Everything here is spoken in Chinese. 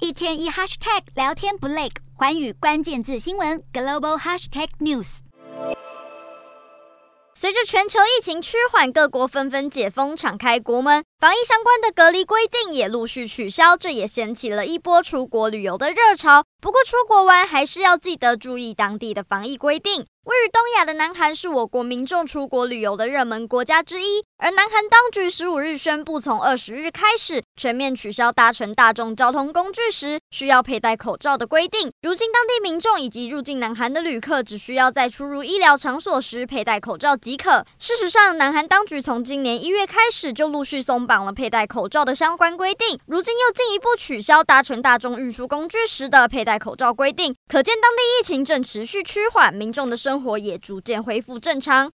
一天一 hashtag 聊天不累，寰宇关键字新闻 global hashtag news。 随着全球疫情趋缓，各国纷纷解封，敞开国门，防疫相关的隔离规定也陆续取消，这也掀起了一波出国旅游的热潮。不过出国玩还是要记得注意当地的防疫规定。位于东亚的南韩是我国民众出国旅游的热门国家之一，而南韩当局15日宣布，从20日开始全面取消搭乘大众交通工具时需要佩戴口罩的规定。如今当地民众以及入境南韩的旅客只需要在出入医疗场所时佩戴口罩即可。事实上，南韩当局从今年1月开始就陆续松绑了佩戴口罩的相关规定，如今又进一步取消搭乘大众运输工具时的佩戴口罩规定，可见当地疫情正持续趋缓，民众的生活也逐渐恢复正常。